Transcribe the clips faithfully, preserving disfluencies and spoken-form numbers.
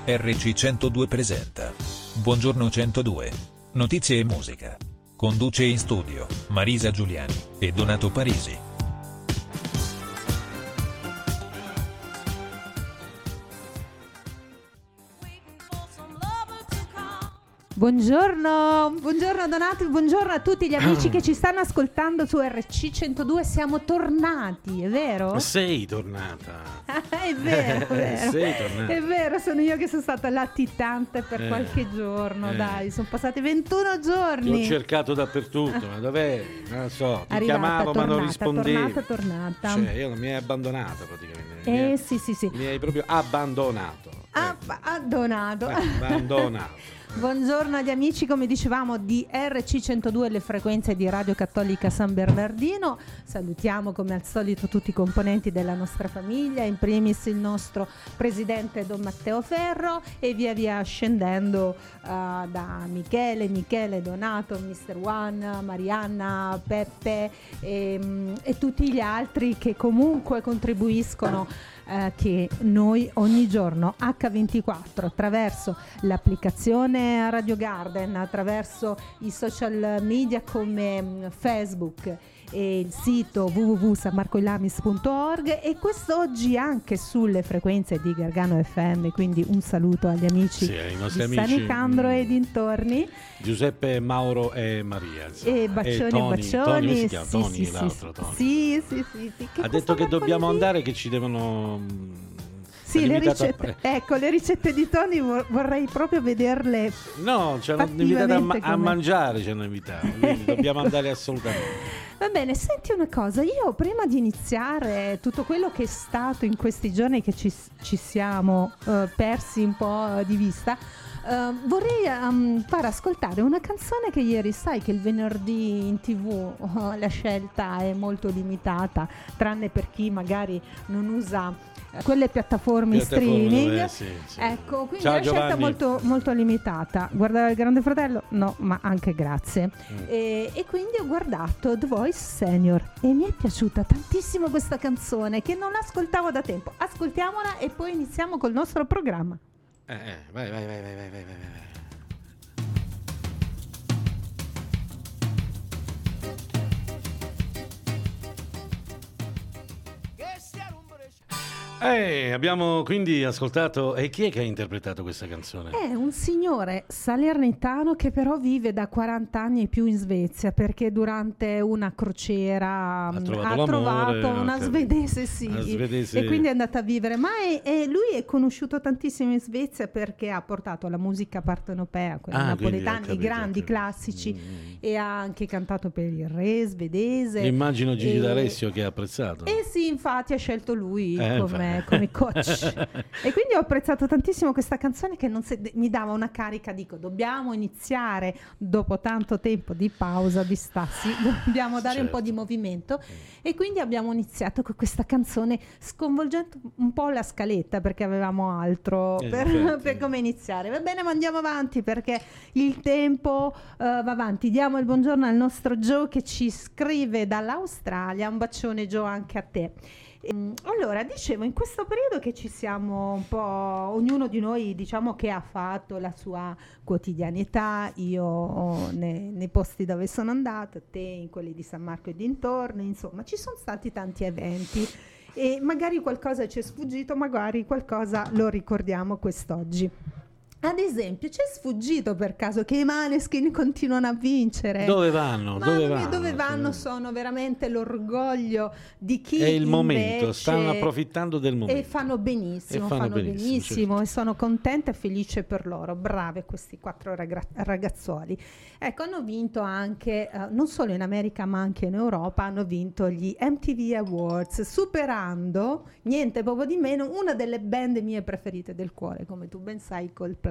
R C centodue presenta Buongiorno centodue. Notizie e musica. Conduce in studio Marisa Giuliani e Donato Parisi. Buongiorno, buongiorno Donato, buongiorno a tutti gli amici che ci stanno ascoltando su R C centodue, siamo tornati, è vero? Sei tornata. È vero, è vero. Sei tornata. È vero, sono io che sono stata latitante per Eh, qualche giorno, eh. dai, sono passati ventuno Ti giorni. ho cercato dappertutto, ma dov'è? Non lo so, ti Arrivata, chiamavo ma non tornata, rispondevi. tornata, tornata. Cioè, io non mi hai abbandonata praticamente. Mi Eh hai- sì, sì, sì. Mi hai proprio abbandonato. Ah, ah, Donato. Eh, abbandonato. Buongiorno agli amici, come dicevamo, di R C centodue, le frequenze di Radio Cattolica San Bernardino. Salutiamo come al solito tutti i componenti della nostra famiglia, in primis il nostro presidente Don Matteo Ferro e via via scendendo uh, da Michele, Michele, Donato, mister One, Marianna, Peppe e, e tutti gli altri che comunque contribuiscono Eh, che noi ogni giorno acca ventiquattro attraverso l'applicazione Radio Garden, attraverso i social media come mh, Facebook e il sito w w w punto san marco ilamis punto org e quest'oggi anche sulle frequenze di Gargano F M, quindi un saluto agli amici Sì, ai di nostri San amici, Nicandro mm, e dintorni. Giuseppe, Mauro e Maria. insomma. E bacioni, Tony, bacioni. Tony, come si chiama? Sì, Tony, sì, sì, l'altro sì. Tony. Sì, sì, sì, sì. Che Ha questo detto che dobbiamo mercoledì- andare, che ci devono... mm, Sì, le limitato a- ricette, ecco, le ricette di Tony vor- vorrei proprio vederle. No, ci hanno invitato a, ma- Fattivamente a come- mangiare, ci hanno invitato, quindi dobbiamo andare assolutamente. Va bene, senti una cosa, io prima di iniziare tutto quello che è stato in questi giorni che ci, ci siamo eh, persi un po' di vista, eh, vorrei ehm, far ascoltare una canzone che ieri, sai che il venerdì in tv oh, la scelta è molto limitata, tranne per chi magari non usa quelle piattaforme, Piattaforme streaming, dove- sì, sì. ecco, quindi Ciao, la scelta è Giovanni. molto, molto limitata. Guardare il Grande Fratello? No, ma anche grazie. Mm. E, e quindi ho guardato The Voice Senior e mi è piaciuta tantissimo questa canzone che non ascoltavo da tempo. Ascoltiamola e poi iniziamo col nostro programma. Eh, eh, vai, vai, vai, vai, vai, vai, vai. Eh, abbiamo quindi ascoltato. E chi è che ha interpretato questa canzone? È un signore salernitano che però vive da quaranta anni e più in Svezia perché durante una crociera Ha mh, trovato ha l'amore, trovato ho una capito. svedese, sì, Una svedese. e quindi è andata a vivere. Ma è, è- lui è conosciuto tantissimo in Svezia perché ha portato la musica partenopea, quella Ah, quindi ho napoletana, i capito, grandi ho capito. classici, Mm. e ha anche cantato per il re svedese. Immagino Gigi E- D'Alessio che ha apprezzato. Eh sì, infatti ha scelto lui Eh, come, infatti. come coach. E quindi ho apprezzato tantissimo questa canzone che non se- mi dava una carica, dico, dobbiamo iniziare dopo tanto tempo di pausa, di stassi, dobbiamo dare un po' Certo. di movimento e quindi abbiamo iniziato con questa canzone sconvolgendo un po' la scaletta perché avevamo altro Eh, per, infatti. per come iniziare. Va bene, ma andiamo avanti perché il tempo eh, va avanti. Diamo il buongiorno al nostro Joe che ci scrive dall'Australia. Un bacione Joe anche a te. Ehm, Allora, dicevo, in questo periodo che ci siamo un po', ognuno di noi diciamo che ha fatto la sua quotidianità, io ne- nei posti dove sono andata, te in quelli di San Marco e dintorni, insomma, ci sono stati tanti eventi e magari qualcosa ci è sfuggito, magari qualcosa lo ricordiamo quest'oggi. Ad esempio, ci è sfuggito per caso che i Maneskin continuano a vincere? Dove vanno? Mamma Dove mia, vanno? dove vanno Sì. sono veramente l'orgoglio di chi È il momento, invece- stanno approfittando del momento. e fanno benissimo, E fanno fanno benissimo, benissimo, certo. e sono contenta e felice per loro. Brave questi quattro ragra- ragazzuoli. Ecco, hanno vinto anche, eh, non solo in America ma anche in Europa, hanno vinto gli M T V Awards, superando, niente poco di meno, una delle band mie preferite del cuore, come tu ben sai, Coldplay.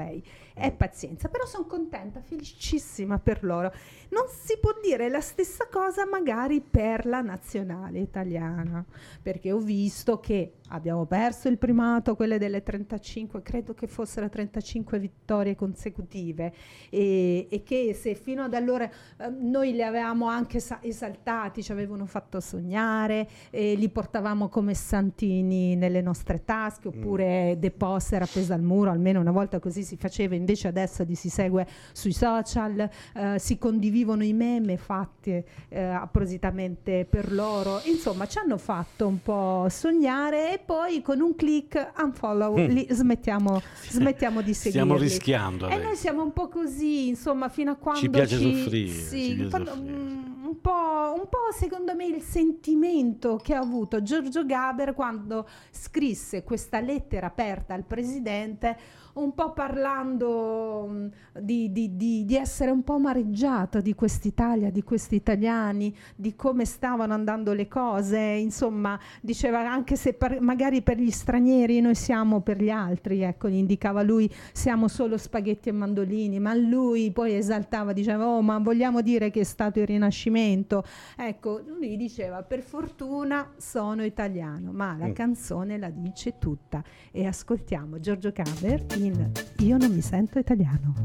lei è pazienza, però sono contenta, felicissima per loro. Non si può dire la stessa cosa magari per la nazionale italiana, perché ho visto che abbiamo perso il primato, quelle delle trentacinque, credo che fossero trentacinque vittorie consecutive, e, e che se fino ad allora eh, noi li avevamo anche sa- esaltati, ci avevano fatto sognare, e li portavamo come santini nelle nostre tasche, oppure mm. deposte appese al muro, almeno una volta così si faceva, invece adesso li si segue sui social, eh, si condividono i meme fatti eh, appositamente per loro, insomma ci hanno fatto un po' sognare, e poi con un click unfollow mm. li smettiamo, smettiamo di seguirli. Stiamo rischiando e adesso. Noi siamo un po' così, insomma, fino a quando ci piace ci, soffrire, sì, ci piace quando, soffrire. Mm, un po', un po' secondo me il sentimento che ha avuto Giorgio Gaber quando scrisse questa lettera aperta al presidente, un po' parlando um, di, di, di, di essere un po' amareggiato di quest'Italia, di questi italiani, di come stavano andando le cose, insomma diceva anche se per, magari per gli stranieri noi siamo per gli altri, ecco, gli indicava lui, siamo solo spaghetti e mandolini, ma lui poi esaltava, diceva oh ma vogliamo dire che è stato il Rinascimento, ecco, lui diceva per fortuna sono italiano, ma la mm. canzone la dice tutta, e ascoltiamo Giorgio Gaber in Io non mi sento italiano.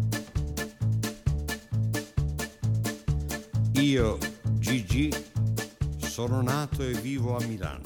Io, Gigi, sono nato e vivo a Milano.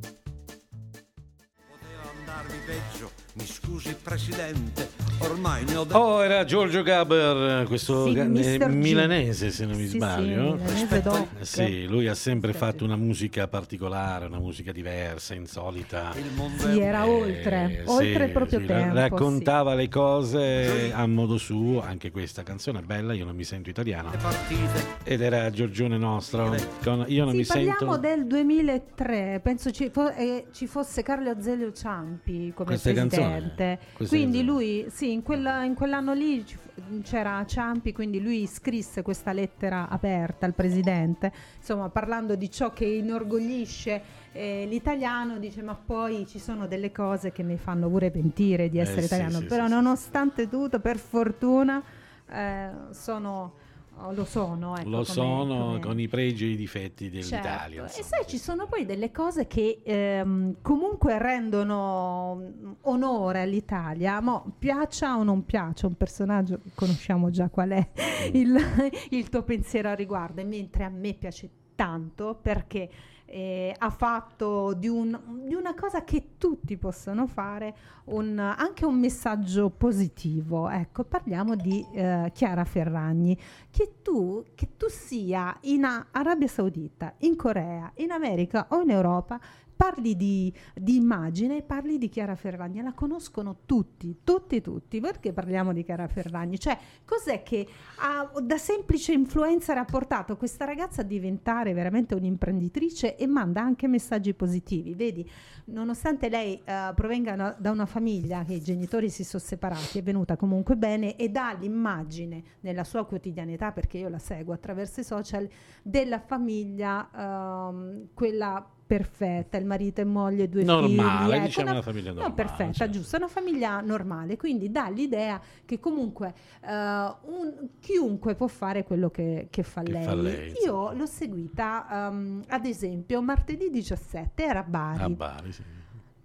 Poteva andarmi peggio, mi scusi Presidente, ormai ne ho detto. Oh, era Giorgio Gaber, questo sì, ga- mister milanese se non mi sì, sbaglio. Sì, milanese doc. Sì, lui ha sempre mister fatto una musica particolare, una musica diversa, insolita. Il mondo Sì, è era Eh, oltre, sì, oltre il proprio sì, tempo. raccontava sì. le cose a modo suo, anche questa canzone è bella, Io non mi sento italiano. le partite. Ed era Giorgione nostro, con Io non Sì, mi parliamo sento. del duemilatré, penso ci, fo- eh, ci fosse Carlo Azeglio Ciampi come Queste canzoni, presidente. queste Quindi canzoni. lui, sì, in, quella- in quell'anno lì ci fu- c'era Ciampi, quindi lui scrisse questa lettera aperta al presidente, insomma parlando di ciò che inorgoglisce eh, l'italiano, dice ma poi ci sono delle cose che mi fanno pure pentire di essere Eh, sì, italiano, sì, però sì, nonostante tutto, per fortuna eh, sono... Oh, lo sono, ecco, Lo come- sono come- con i pregi e i difetti dell'Italia. Certo. E insomma, sai, sì, ci sì. sono poi delle cose che ehm, comunque rendono mm, onore all'Italia, ma piaccia o non piaccia un personaggio, conosciamo già qual è il, il tuo pensiero a riguardo, e mentre a me piace tanto perché eh, ha fatto di, un, di una cosa che tutti possono fare un, anche un messaggio positivo. Ecco, parliamo di eh, Chiara Ferragni. Che tu, che tu sia in A- Arabia Saudita, in Corea, in America o in Europa, parli di, di immagine, parli di Chiara Ferragni, la conoscono tutti, tutti, tutti. Perché parliamo di Chiara Ferragni? Cioè, cos'è che ha, da semplice influencer ha portato questa ragazza a diventare veramente un'imprenditrice e manda anche messaggi positivi? Vedi, nonostante lei uh, provenga no, da una famiglia che i genitori si sono separati, è venuta comunque bene e dà l'immagine nella sua quotidianità, perché io la seguo attraverso i social, della famiglia, um, quella perfetta, il marito e moglie, due normale, figli, diciamo ecco, una famiglia normale. No, perfetta, certo. giusto, una famiglia normale, quindi dà l'idea che comunque uh, un, chiunque può fare quello che, che, fa, Che lei. fa lei. Io l'ho seguita, um, ad esempio, martedì diciassette, era a Bari. A Bari, sì.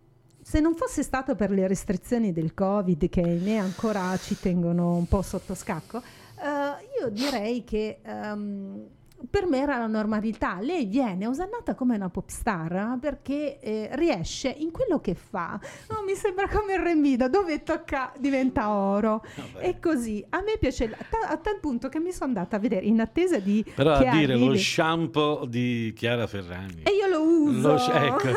Se non fosse stato per le restrizioni del Covid, che ahimè ancora ci tengono un po' sotto scacco, uh, io direi che... Um, per me era la normalità. Lei viene osannata come una pop star perché eh, riesce in quello che fa, no, mi sembra come il Remida, dove tocca diventa oro. Vabbè. E così a me piace a, a tal punto che mi sono andata a vedere in attesa di Però che a dire arrivi. lo shampoo di Chiara Ferragni. E io lo uso. Lo, ecco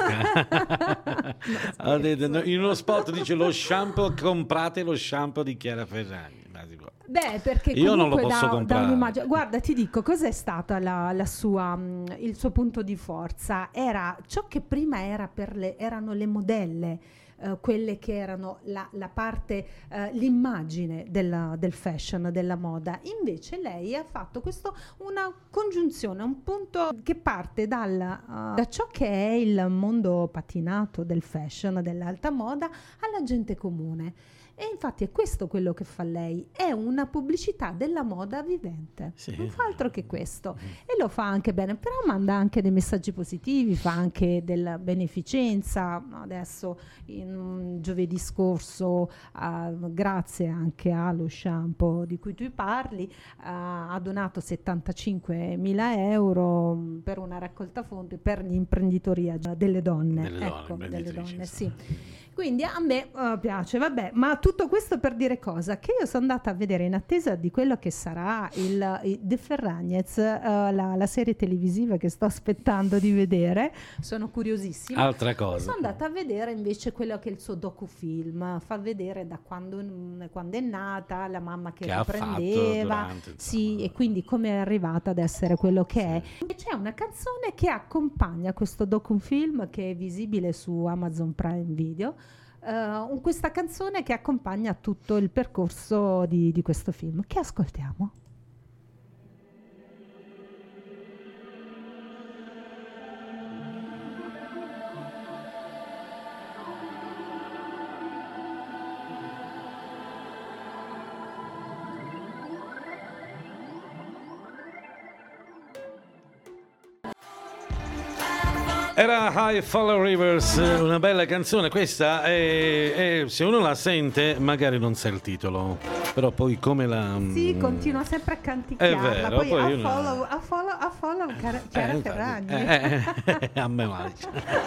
qua. Ha detto, no, in uno spot dice lo shampoo, comprate lo shampoo di Chiara Ferragni. Ma si può. Beh, perché Io non lo comunque posso da, comprare. da un'immagine. Guarda, ti dico, cos'è stata la, la sua, mh, il suo punto di forza? Era ciò che prima era per le, erano le modelle, eh, quelle che erano la, la parte, eh, l'immagine della, del fashion, della moda. Invece lei ha fatto questo, una congiunzione, un punto che parte dal, uh, da ciò che è il mondo patinato del fashion, dell'alta moda, alla gente comune. E infatti è questo quello che fa lei, è una pubblicità della moda vivente, Sì. non fa altro che questo, e lo fa anche bene, però manda anche dei messaggi positivi, fa anche della beneficenza. Adesso in giovedì scorso, uh, grazie anche allo shampoo di cui tu parli, uh, ha donato settantacinquemila euro per una raccolta fondi per l'imprenditoria delle donne, Delle donne, ecco, delle imprenditrici, donne, sì. sì. Quindi a me uh, piace, vabbè, ma tutto questo per dire cosa? Che io sono andata a vedere, in attesa di quello che sarà il, il De Ferragnez, uh, la, la serie televisiva che sto aspettando di vedere, sono curiosissima. Altra E cosa. sono andata a vedere invece quello che è il suo docufilm, fa vedere da quando, quando è nata, la mamma che, Che ha fatto riprendeva, durante, sì, insomma. e quindi come è arrivata ad essere quello che è. E c'è una canzone che accompagna questo docufilm che è visibile su Amazon Prime Video. Uh, questa canzone che accompagna tutto il percorso di, di questo film, che ascoltiamo. Era High Follow Rivers, una bella canzone. Questa è, è- se uno la sente magari non sa il titolo, però poi come la... Sì, continua sempre a canticchiarla. È vero, poi, poi a, io no. follow, a follow, a follow Chiara, Chiara Eh, infatti, Ferragni. eh, eh, eh, a me manca.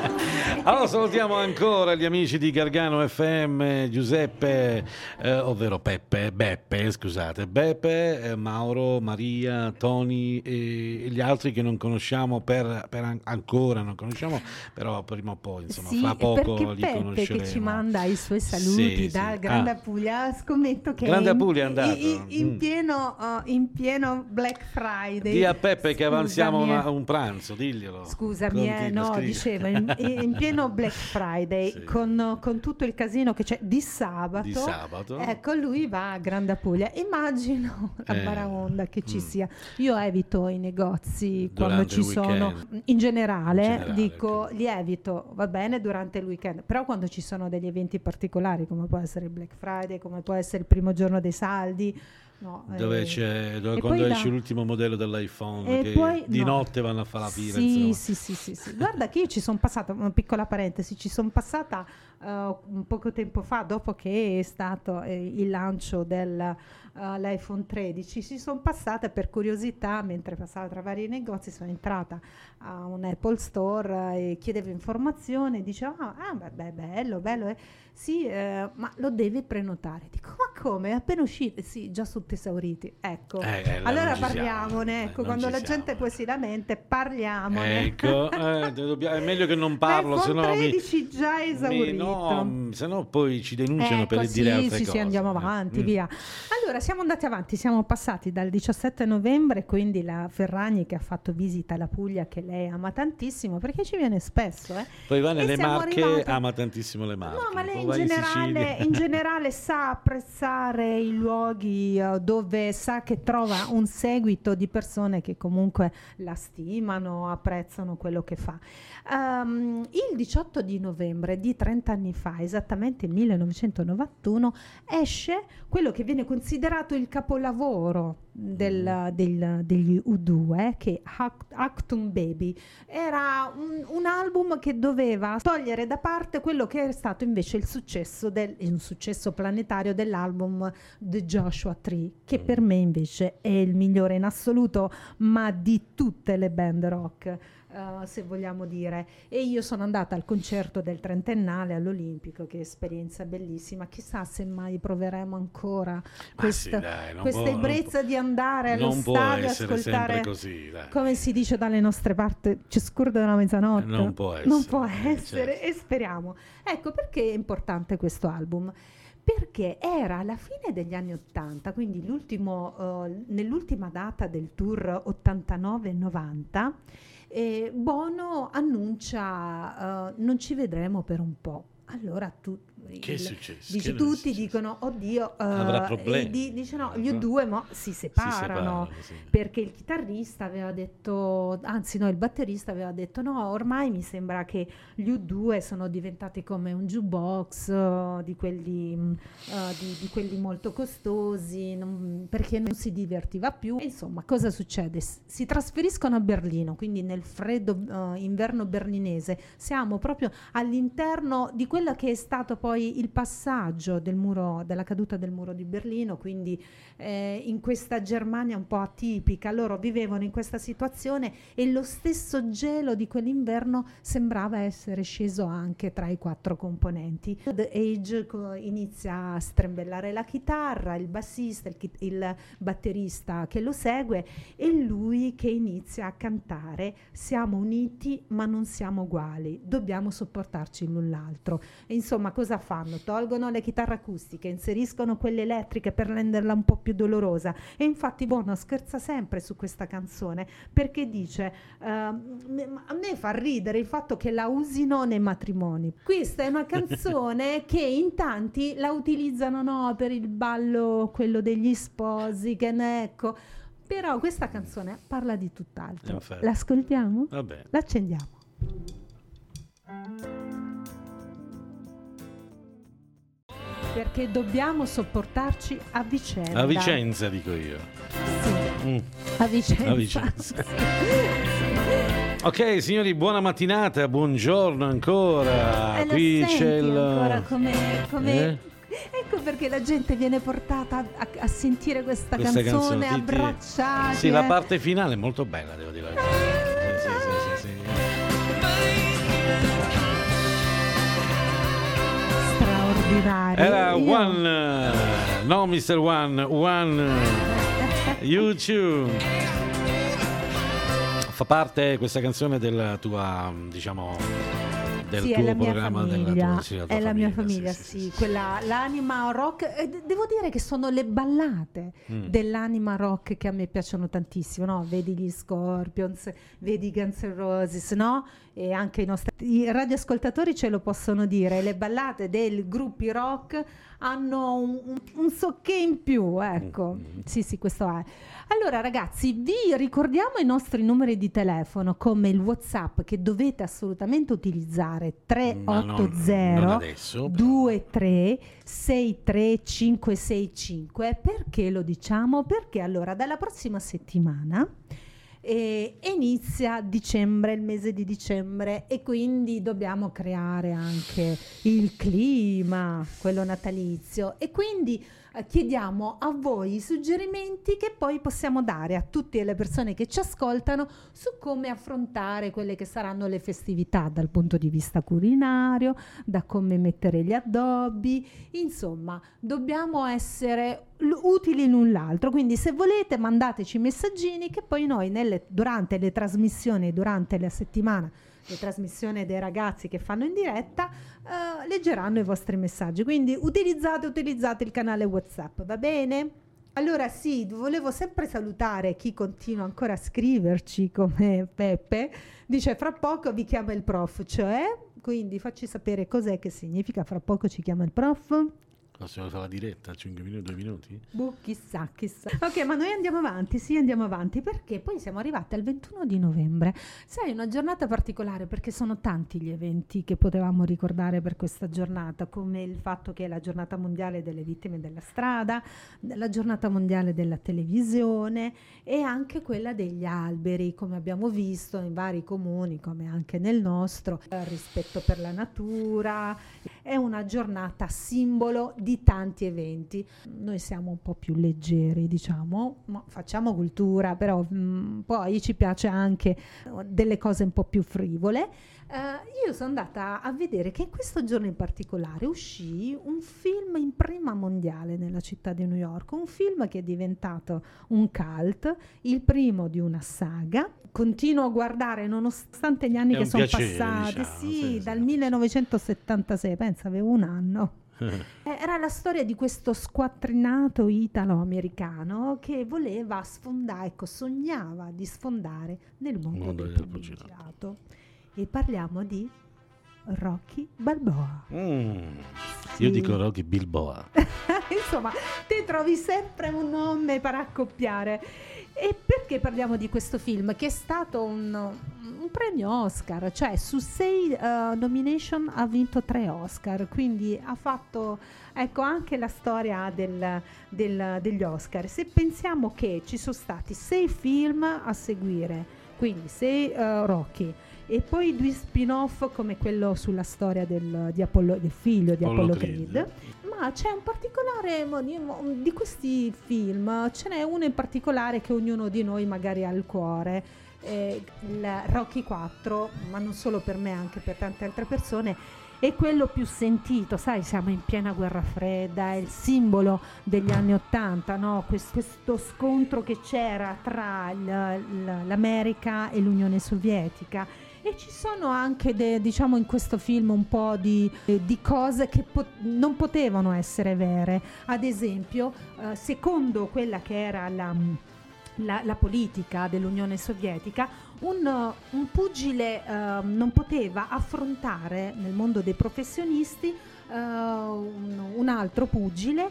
Allora salutiamo ancora gli amici di Gargano F M, Giuseppe, eh, ovvero Peppe, Beppe, scusate, Beppe, eh, Mauro, Maria, Tony e gli altri che non conosciamo per, per an- ancora non conosciamo, però prima o poi, insomma, Sì, fra poco perché li Peppe conosceremo. che ci manda i suoi saluti Sì, da sì. Grande Ah. Puglia, scommetto che Grande è in, Puglia è andato. in, in Mm. pieno, uh, in pieno Black Friday. Dì a Peppe che avanziamo Scusami, una- un pranzo, diglielo. Scusami, eh, Continua, no, scrivi. dicevo, in, in pieno Black Friday, Sì. con, con tutto il casino che c'è di sabato, Di sabato. ecco, lui va a Grande Puglia. Immagino a Eh, Baraonda che ci mm. sia. Io evito i negozi quando Durante ci il sono, weekend. in generale, In generale, dico, ok. li evito, va bene, durante il weekend, però quando ci sono degli eventi particolari, come può essere il Black Friday, come può essere il primo giorno dei saldi, no, Dove eh, c'è dove- e quando poi esce da- l'ultimo modello dell'iPhone e che poi- di no. notte vanno a fare la fila, Sì, insomma. sì, sì, sì, sì. Guarda che io ci sono passata, una piccola parentesi, ci sono passata uh, un poco tempo fa, dopo che è stato eh, il lancio dell'iPhone tredici, ci sono passata per curiosità, mentre passavo tra vari negozi, sono entrata a un Apple Store eh, e chiedevo informazioni, dicevo, ah, ah, beh, bello, bello, eh. Sì, eh, ma lo devi prenotare. Dico, ma come? È appena uscito? Sì, già tutti esauriti. Ecco. Eh, eh, là Allora non ci parliamone, siamo. ecco, Eh, non quando ci la siamo. gente poi si lamenta, parliamone. Ecco, eh, dobbiamo- è meglio che non parlo, se iPhone no mi, tredici già mi- esaurito. no, m- se no poi ci denunciano Ecco, per sì, dire altre sì, cose. sì, andiamo avanti, Mm. via. Allora, siamo andati avanti, siamo passati dal diciassette novembre, quindi la Ferragni che ha fatto visita alla Puglia, che lei ama tantissimo, perché ci viene spesso, eh. Poi va E nelle siamo Marche, arrivati- ama tantissimo le Marche. No, ma lei Poi in va in generale, Sicilia. in generale sa apprezzare i luoghi eh, dove sa che trova un seguito di persone che comunque la stimano, apprezzano quello che fa. Um, il diciotto di novembre di trenta anni fa, esattamente il millenovecentonovantuno, esce quello che viene considerato il capolavoro del- del- degli U due, che è Act- Actum Baby. Era un, un album che doveva togliere da parte quello che è stato invece il successo, del, un successo planetario dell'album The Joshua Tree, che per me invece è il migliore in assoluto, ma di tutte le band rock. Uh, se vogliamo dire, e io sono andata al concerto del trentennale all'Olimpico, che esperienza bellissima, chissà se mai proveremo ancora questa, sì, dai, non questa può- non ebbrezza di andare allo non può stadio a essere ascoltare, sempre così, dai. come si dice dalle nostre parti, ci scordano la mezzanotte, Non può essere, non può eh, essere, certo. e speriamo. Ecco perché è importante questo album, perché era alla fine degli anni ottanta, quindi l'ultimo, eh, nell'ultima data del tour ottantanove novanta, eh, Bono annuncia eh, non ci vedremo per un po'. allora tu che è il, successo? dici Che tutti è dicono oddio, avrà uh, problemi. e di, dice no, gli Avrà... U due mo si separano, si separano sì. Perché il chitarrista aveva detto, anzi no, il batterista aveva detto no, ormai mi sembra che gli U due sono diventati come un jukebox uh, di quelli uh, di, di quelli molto costosi, non, perché non si divertiva più. E insomma, cosa succede? S- si trasferiscono a Berlino, quindi nel freddo uh, inverno berlinese. Siamo proprio all'interno di quello che è stato poi il passaggio del muro, della caduta del muro di Berlino, quindi eh, in questa Germania un po' atipica. Loro vivevano in questa situazione e lo stesso gelo di quell'inverno sembrava essere sceso anche tra i quattro componenti. The Age co- inizia a strembellare la chitarra, il bassista, il, chi- il batterista che lo segue e lui che inizia a cantare: siamo uniti ma non siamo uguali, dobbiamo sopportarci l'un l'altro. E insomma, cosa fanno? Tolgono le chitarre acustiche, inseriscono quelle elettriche per renderla un po' più dolorosa. E infatti Bono scherza sempre su questa canzone perché dice uh, a me fa ridere il fatto che la usino nei matrimoni. Questa è una canzone che in tanti la utilizzano, no, per il ballo, quello degli sposi, che ne ecco. Però questa canzone parla di tutt'altro. Infatti. L'ascoltiamo? Vabbè. L'accendiamo. Perché dobbiamo sopportarci a vicenda. A Vicenza, dico io. Sì, Mm. a Vicenza. A Vicenza. Ok, signori, buona mattinata, buongiorno ancora. E lo Qui senti c'è il... ancora come... come... Eh? Ecco perché la gente viene portata a, a sentire questa, Questa canzone, canzone, ti- ti- abbracciati. Sì, la eh. parte finale è molto bella, devo dire la verità. Sì, sì, sì, sì, sì. Straordinario. Era Io- One, eh, no mister One, One, YouTube. Fa parte questa canzone della tua, diciamo, del sì, tuo è la mia programma, famiglia, della tua, sì, la tua è la mia famiglia, famiglia, sì, sì, sì, sì. quella l'anima rock. E de- devo dire che sono le ballate Mm. dell'anima rock che a me piacciono tantissimo, no? Vedi gli Scorpions, vedi i Guns N' Roses, no? E anche i nostri i radioascoltatori ce lo possono dire, le ballate dei gruppi rock hanno un, un, un socché in più, ecco. Mm. Sì, sì, questo è. Allora ragazzi, vi ricordiamo i nostri numeri di telefono, come il WhatsApp che dovete assolutamente utilizzare: tre Ma otto non- zero non adesso, però. due tre sei tre cinque sei cinque. Perché lo diciamo? Perché allora dalla prossima settimana e inizia dicembre, il mese di dicembre, e quindi dobbiamo creare anche il clima, quello natalizio, e quindi eh, chiediamo a voi i suggerimenti che poi possiamo dare a tutte le persone che ci ascoltano su come affrontare quelle che saranno le festività dal punto di vista culinario, da come mettere gli addobbi. Insomma, dobbiamo essere l- utili l'un l'altro, quindi se volete mandateci messaggini che poi noi nelle- durante le trasmissioni, durante la settimana, le trasmissioni dei ragazzi che fanno in diretta, eh, leggeranno i vostri messaggi. Quindi utilizzate, utilizzate il canale WhatsApp, va bene? Allora sì, volevo sempre salutare chi continua ancora a scriverci, come Peppe, dice fra poco vi chiama il prof, cioè, quindi facci sapere cos'è che significa fra poco ci chiama il prof. Possiamo fare la diretta, cinque minuti, due minuti? Boh, chissà, chissà. Ok, ma noi andiamo avanti, sì, andiamo avanti, perché poi siamo arrivati al ventuno di novembre. Sai, una giornata particolare perché sono tanti gli eventi che potevamo ricordare per questa giornata, come il fatto che è la giornata mondiale delle vittime della strada, la giornata mondiale della televisione e anche quella degli alberi, come abbiamo visto in vari comuni, come anche nel nostro, il rispetto per la natura. È una giornata simbolo di tanti eventi. Noi siamo un po' più leggeri, diciamo, ma facciamo cultura, però mh, poi ci piace anche uh, delle cose un po' più frivole. Uh, io sono andata a vedere che in questo giorno in particolare uscì un film in prima mondiale nella città di New York, un film che è diventato un cult, il primo di una saga. Continuo a guardare nonostante gli anni È che un sono piacere, passati, diciamo, sì, sì, dal sì. millenovecentosettantasei, pensa, avevo un anno. Era la storia di questo squattrinato italo-americano che voleva sfondare, ecco, sognava di sfondare nel mondo, Mondo del del pugilato. E parliamo di Rocky Balboa. Mm. Sì. Io dico Rocky Bilboa. Insomma, te trovi sempre un nome per accoppiare. E perché parliamo di questo film? Che è stato un, un premio Oscar, cioè su sei uh, nomination ha vinto tre Oscar, quindi ha fatto, ecco, anche la storia del, del, degli Oscar. Se pensiamo che ci sono stati sei film a seguire, quindi sei uh, Rocky, e poi due spin-off come quello sulla storia del, di Apollo, del figlio di Apollo, Apollo Creed. Creed. Ma c'è un particolare di, di questi film, ce n'è uno in particolare che ognuno di noi magari ha al cuore, eh, il Rocky quattro, ma non solo per me, anche per tante altre persone, è quello più sentito, sai, siamo in piena guerra fredda, è il simbolo degli anni ottanta, no? Questo, questo scontro che c'era tra il, il, l'America e l'Unione Sovietica. E ci sono anche, de, diciamo, in questo film un po' di, eh, di cose che po- non potevano essere vere. Ad esempio, eh, secondo quella che era la, la, la politica dell'Unione Sovietica, un, un pugile eh, non poteva affrontare nel mondo dei professionisti Uh, un, un altro pugile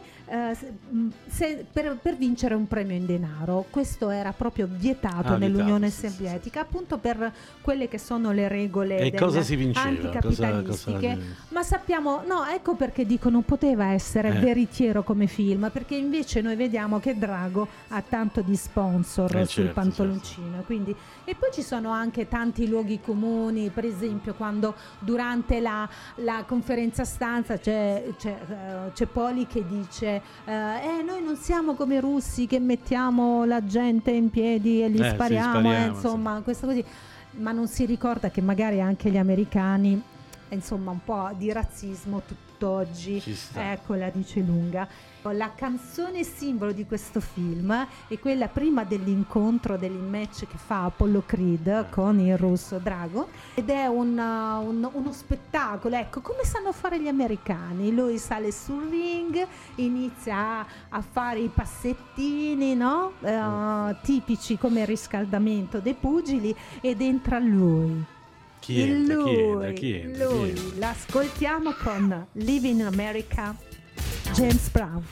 uh, se, per, per vincere un premio in denaro. Questo era proprio vietato ah, nell'Unione vietato, sì, Sovietica, sì, appunto per quelle che sono le regole e del, cosa si vinceva? anticapitalistiche. Cosa, cosa... Ma sappiamo, no, ecco perché dico non poteva essere eh. veritiero come film, perché invece noi vediamo che Drago ha tanto di sponsor eh, sul certo, pantaloncino, certo. Quindi, e poi ci sono anche tanti luoghi comuni, per esempio quando durante la, la conferenza stampa C'è, c'è, uh, c'è Poli che dice uh, eh noi non siamo come i russi che mettiamo la gente in piedi e gli eh, spariamo, spariamo eh, insomma sì. Questo così, ma non si ricorda che magari anche gli americani, insomma, un po' di razzismo tutt'oggi, ecco, la dice lunga. La canzone simbolo di questo film è quella prima dell'incontro del match che fa Apollo Creed con il russo Drago, ed è un, un, uno spettacolo, ecco, come sanno fare gli americani. Lui sale sul ring, inizia a, a fare i passettini, no? Uh, tipici come riscaldamento dei pugili, ed entra lui. Chi entra, lui, chi entra, chi entra, lui. Chi entra? L'ascoltiamo con Living in America, James Brown.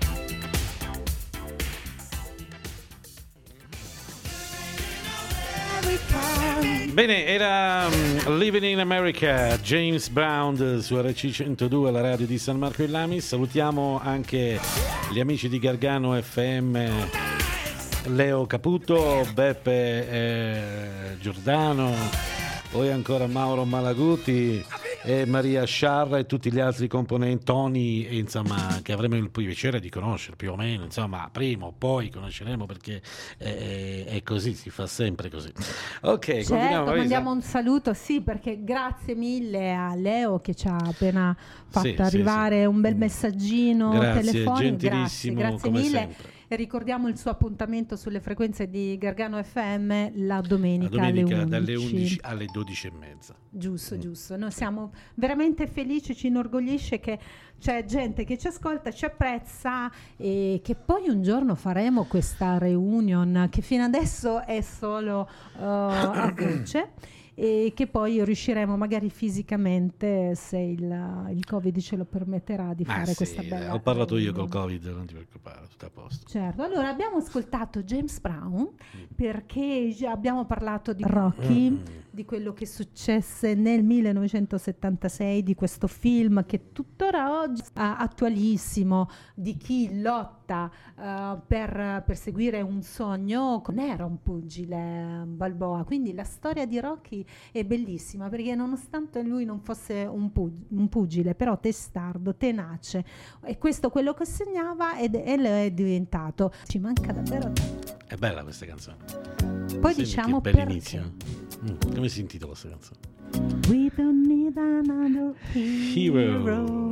Bene, era um, Living in America, James Brown su R C centodue, la radio di San Marco in Lamis. Salutiamo anche gli amici di Gargano F M, Leo Caputo, Beppe eh, Giordano, poi ancora Mauro Malaguti e Maria Sciarra e tutti gli altri componenti, Tony, e, insomma, che avremo il piacere di conoscere più o meno, insomma, prima o poi conosceremo, perché è, è così, si fa sempre così. Ok, certo, continuiamo. Mandiamo un saluto, sì, perché grazie mille a Leo che ci ha appena fatto sì, arrivare sì, sì. un bel messaggino grazie, telefonico. gentilissimo, Grazie, grazie come mille. sempre. E ricordiamo il suo appuntamento sulle frequenze di Gargano F M la domenica, la domenica alle undici. Dalle undici alle dodici e mezza. Giusto, mm. giusto. Noi siamo veramente felici, ci inorgoglisce che c'è gente che ci ascolta, ci apprezza, e che poi un giorno faremo questa reunion che fino adesso è solo uh, a voce, e che poi riusciremo magari fisicamente, se il, il Covid ce lo permetterà, di fare ah, sì, questa bella ho parlato reunion. io col Covid, non ti preoccupare, tutto a posto. Certo, allora abbiamo ascoltato James Brown perché già abbiamo parlato di Rocky, mm. di quello che successe nel millenovecentosettantasei, di questo film che tuttora oggi è attualissimo, di chi lotta uh, per perseguire un sogno. Non era un pugile, Balboa, quindi la storia di Rocky è bellissima, perché nonostante lui non fosse un, pug- un pugile, però testardo, tenace, e questo quello che segnava, ed e lo è diventato. Ci manca davvero tanto. È bella questa canzone. Poi Senti diciamo che perché. inizio. Mm, come si intitola questa canzone? We don't need another hero. Hero.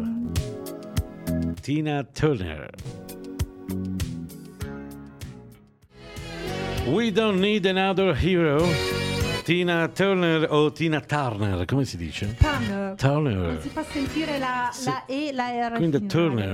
Tina Turner. We don't need another hero. Tina Turner o Tina Turner, come si dice? Turner. Turner. Non si fa sentire la, Sì. la E, la R. Quindi finale. Turner.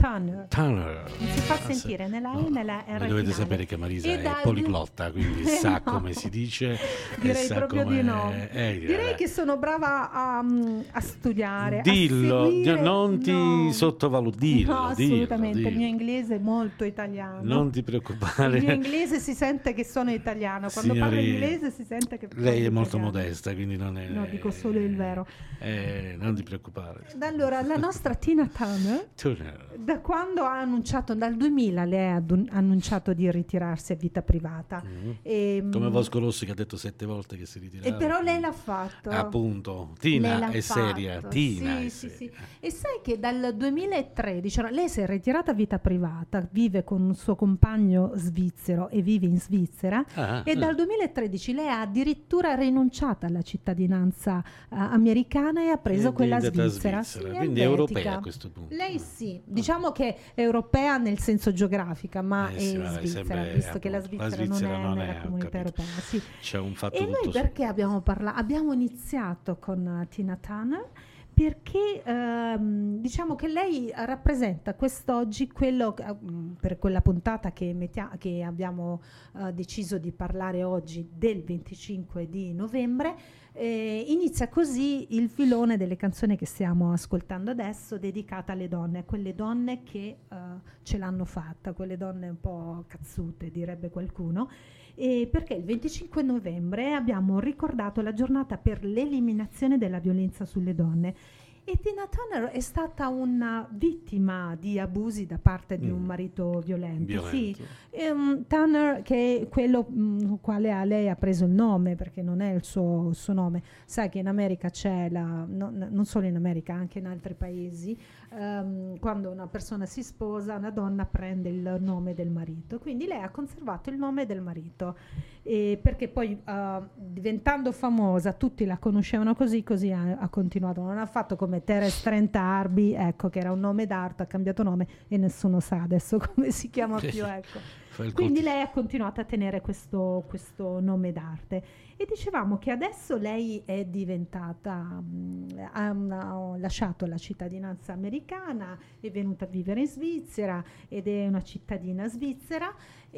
Turner. Turner. Non si fa Ah, sì. sentire né la E No, né la R ma dovete finale. sapere che Marisa E è dal- poliglotta, quindi sa No. come si dice. e Direi sa proprio come- di no. eh, Direi che sono brava a, a studiare, Dillo, a seguire. non ti No. sottovaluti, dillo, No, dillo, assolutamente. dillo. Il mio inglese è molto italiano. Non ti preoccupare. Il mio inglese si sente che sono italiano. Quando parlo Signori, inglese si sente che lei è parlo molto italiano. modesta, quindi non è... No, dico solo il vero. Eh, non ti preoccupare. Allora, la nostra Tina Turner, Turner. da quando ha annunciato, dal duemila lei ha adun- annunciato di ritirarsi a vita privata. Mm. E, Come mm, Vasco Rossi che ha detto sette volte che si ritirava. e però lei quindi- l'ha fatto. Appunto, Lei Tina l'ha è seria, fatto. Tina Sì, è sì, seria. sì. E sai che dal duemilatredici no, lei si è ritirata a vita privata, vive con un suo compagno svizzero e vive in Svizzera. Ah, E ah. dal duemilatredici lei ha addirittura rinunciato alla cittadinanza eh, americana e ha preso È quella diventata svizzera. svizzera, Sì, quindi elvetica. europea a questo punto. Lei sì, diciamo che è europea nel senso geografica, ma Eh è sì, ma lei svizzera, sempre- visto che la appunto, la Svizzera, Svizzera non è non nella è, ho comunità capito. europea. Sì. C'è un fatto E tutto noi su- perché abbiamo parlato? Abbiamo iniziato con uh, Tina Turner perché ehm, diciamo che lei rappresenta quest'oggi quello che, mm, per quella puntata che, mettia- che abbiamo uh, deciso di parlare oggi del venticinque di novembre. Eh, inizia così il filone delle canzoni che stiamo ascoltando adesso, dedicata alle donne, a quelle donne che uh, ce l'hanno fatta, quelle donne un po' cazzute, direbbe qualcuno. E perché il venticinque novembre abbiamo ricordato la giornata per l'eliminazione della violenza sulle donne. E Tina Turner è stata una vittima di abusi da parte di un Mm. marito violento. Violento. Sì. Ehm, Turner, che è quello mh, quale a lei ha preso il nome, perché non è il suo, il suo nome. Sai che in America c'è, la, no, n- non solo in America, anche in altri paesi, ehm, quando una persona si sposa, una donna prende il nome del marito. Quindi lei ha conservato il nome del marito. E perché poi eh, diventando famosa tutti la conoscevano così, così ha, ha continuato. Non ha fatto come Terence Trent D'Arby, ecco, che era un nome d'arte, ha cambiato nome e nessuno sa adesso come si chiama più, ecco. Fa il Quindi colti- lei ha continuato a tenere questo, questo nome d'arte. E dicevamo che adesso lei è diventata, mh, ha, una- ha lasciato la cittadinanza americana, è venuta a vivere in Svizzera ed è una cittadina svizzera.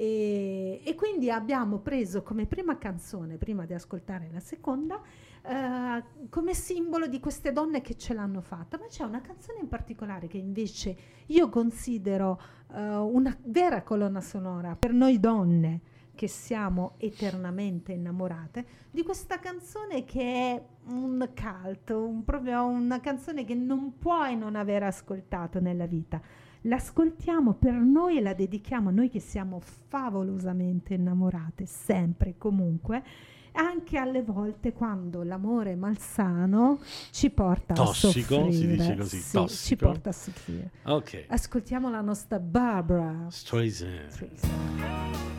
E, e quindi abbiamo preso come prima canzone, prima di ascoltare la seconda, eh, come simbolo di queste donne che ce l'hanno fatta. Ma c'è una canzone in particolare che invece io considero eh, una vera colonna sonora per noi donne che siamo eternamente innamorate di questa canzone, che è un cult, un, proprio una canzone che non puoi non aver ascoltato nella vita. L'ascoltiamo per noi e la dedichiamo a noi che siamo favolosamente innamorate, sempre e comunque, anche alle volte quando l'amore malsano ci porta Tossico, a soffrire. si dice così, Sì, tossico. ci porta a soffrire. Ok. Ascoltiamo la nostra Barbara Streisand. Streisand.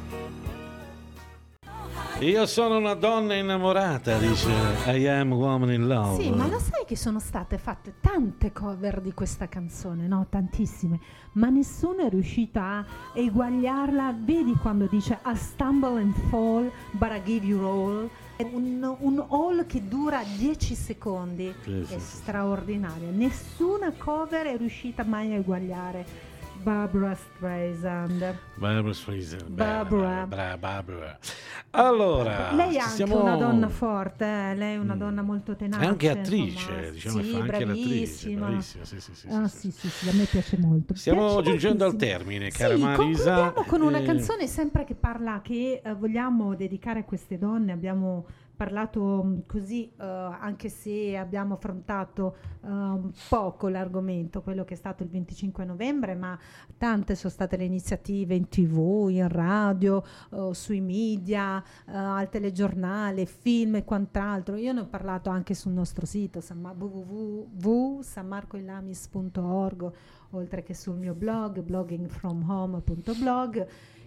Io sono una donna innamorata, dice I am woman in love. Sì, ma lo sai che sono state fatte tante cover di questa canzone, no? Tantissime, ma nessuno è riuscito a eguagliarla. Vedi quando dice I stumble and fall, but I give you all. È un, un all che dura dieci secondi, Sì, sì, è sì. straordinario. Nessuna cover è riuscita mai a eguagliare Barbara Streisand. Barbara Streisand. Barbara. Bra- Barbara. Allora, Lei è anche stiamo- una donna forte, eh? Lei è una Mm. donna molto tenace. È anche attrice, insomma. diciamo, sì, fa anche l'attrice, bravissima. bravissima, sì, sì, sì, Ah, sì, sì, sì, sì, a me piace molto. Stiamo Piace giungendo al moltissimo. termine, cara Sì, Marisa. concludiamo con una Eh, canzone sempre che parla, che eh, vogliamo dedicare a queste donne. Abbiamo parlato mh, così, eh, anche se abbiamo affrontato eh, poco l'argomento, quello che è stato il venticinque novembre, ma tante sono state le iniziative in tv, in radio, eh, sui media, eh, al telegiornale, film e quant'altro. Io ne ho parlato anche sul nostro sito w w w punto san marco ilamis punto org, oltre che sul mio blog blogging from home punto blog.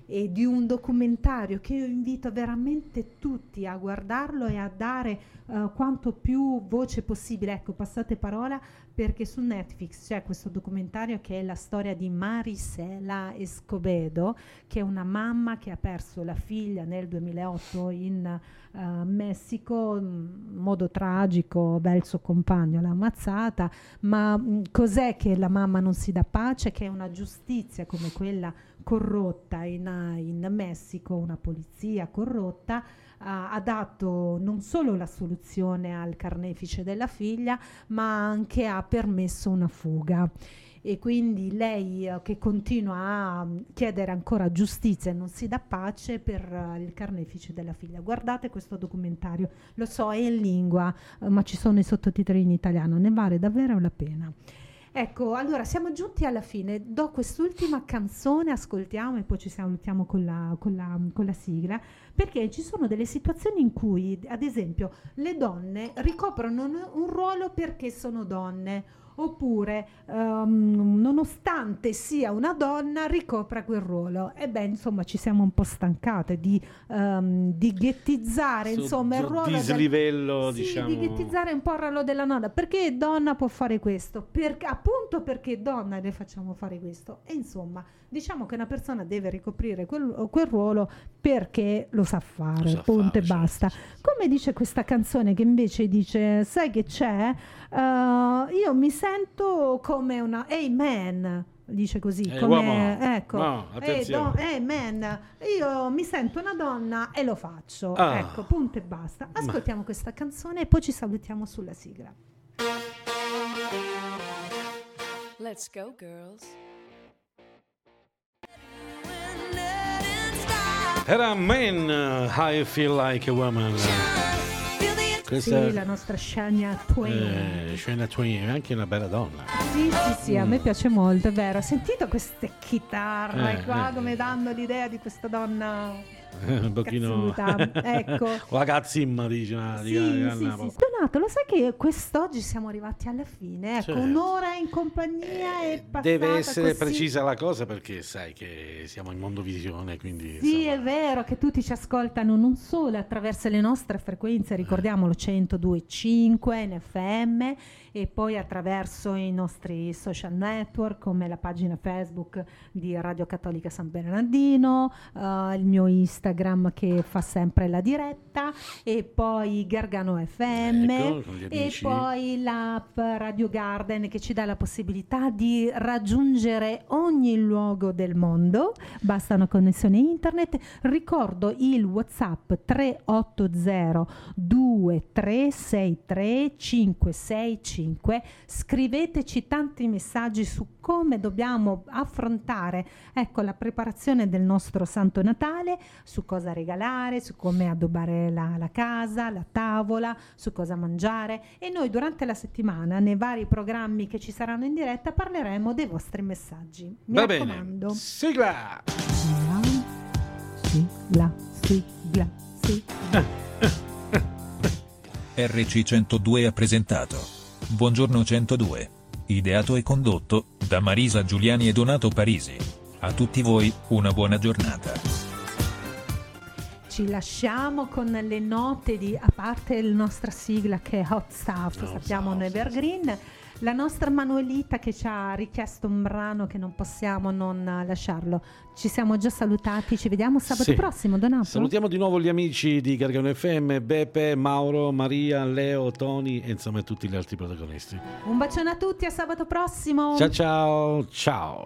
e di un documentario che io invito veramente tutti a guardarlo e a dare uh, quanto più voce possibile. Ecco, passate parola, perché su Netflix c'è questo documentario che è la storia di Marisela Escobedo, che è una mamma che ha perso la figlia nel duemilaotto in uh, Messico, in modo tragico. Beh, il suo compagno l'ha ammazzata, ma mh, cos'è che la mamma non si dà pace? Che è una giustizia come quella corrotta in, in Messico, una polizia corrotta, uh, ha dato non solo la soluzione al carnefice della figlia, ma anche ha permesso una fuga. E quindi lei uh, che continua a um, chiedere ancora giustizia e non si dà pace per uh, il carnefice della figlia. Guardate questo documentario, lo so, è in lingua, uh, ma ci sono i sottotitoli in italiano, ne vale davvero la pena. Ecco, allora siamo giunti alla fine. Do quest'ultima canzone, ascoltiamo e poi ci salutiamo con la, con la, con la sigla, perché ci sono delle situazioni in cui, ad esempio, le donne ricoprono un, un ruolo perché sono donne, oppure um, nonostante sia una donna ricopra quel ruolo. E beh, insomma, ci siamo un po' stancate di, um, di ghettizzare Su, insomma il ruolo dislivello, del, sì, diciamo, di ghettizzare un po' il ruolo della donna. Perché donna può fare questo? Perché, appunto perché donna le facciamo fare questo. E insomma, diciamo che una persona deve ricoprire quel, quel ruolo perché lo sa fare, lo sa punto fare, e basta. certo. Come dice questa canzone che invece dice, sai che c'è? Uh, io mi sento come una amen, dice così, Eh, come, uomo. ecco, No, attenzione. eh, do, amen, io mi sento una donna e lo faccio, Ah. ecco, punto e basta. Ascoltiamo questa canzone e poi ci salutiamo sulla sigla. Let's go, girls. Era Man, I Feel Like a Woman. Questa Sì, la nostra Shania Twain. eh, Shania Twain è anche una bella donna. Sì, sì, sì, a Mm. me piace molto, è vero. Ho sentito queste chitarre Eh, qua eh. come danno l'idea di questa donna Un pochino cazzuta. Ecco. la cazzimma, dice una, Sì, di- sì, di- sì. una- Donato, lo sai che quest'oggi siamo arrivati alla fine? Ecco, Certo. un'ora in compagnia e passata Deve essere così. precisa la cosa, perché sai che siamo in Mondovisione, quindi Sì, insomma, è vero che tutti ci ascoltano non solo attraverso le nostre frequenze, ricordiamolo, centodue virgola cinque in F M, e poi attraverso i nostri social network come la pagina Facebook di Radio Cattolica San Bernardino, uh, il mio Instagram che fa sempre la diretta, e poi Gargano F M, Ecco, con gli e amici. poi l'app Radio Garden che ci dà la possibilità di raggiungere ogni luogo del mondo. Basta una connessione internet. Ricordo il WhatsApp tre otto zero due tre sei tre cinque sei cinque. Scriveteci tanti messaggi su come dobbiamo affrontare, ecco, la preparazione del nostro Santo Natale, su cosa regalare, su come addobbare la, la casa, la tavola, su cosa mangiare, e noi durante la settimana nei vari programmi che ci saranno in diretta parleremo dei vostri messaggi. Mi Va raccomando. bene. Sigla. Sigla, sigla, sigla. R C centodue ha presentato Buongiorno centodue, ideato e condotto da Marisa Giuliani e Donato Parisi. A tutti voi, una buona giornata. Ci lasciamo con le note di, a parte la nostra sigla che è Hot Stuff, Hot sappiamo un Stuff, evergreen, la nostra Manuelita che ci ha richiesto un brano che non possiamo non lasciarlo. Ci siamo già salutati, ci vediamo sabato Sì. prossimo, Donato. Salutiamo di nuovo gli amici di Gargano F M, Beppe, Mauro, Maria, Leo, Tony e insomma tutti gli altri protagonisti. Un bacione a tutti, a sabato prossimo. Ciao ciao, ciao.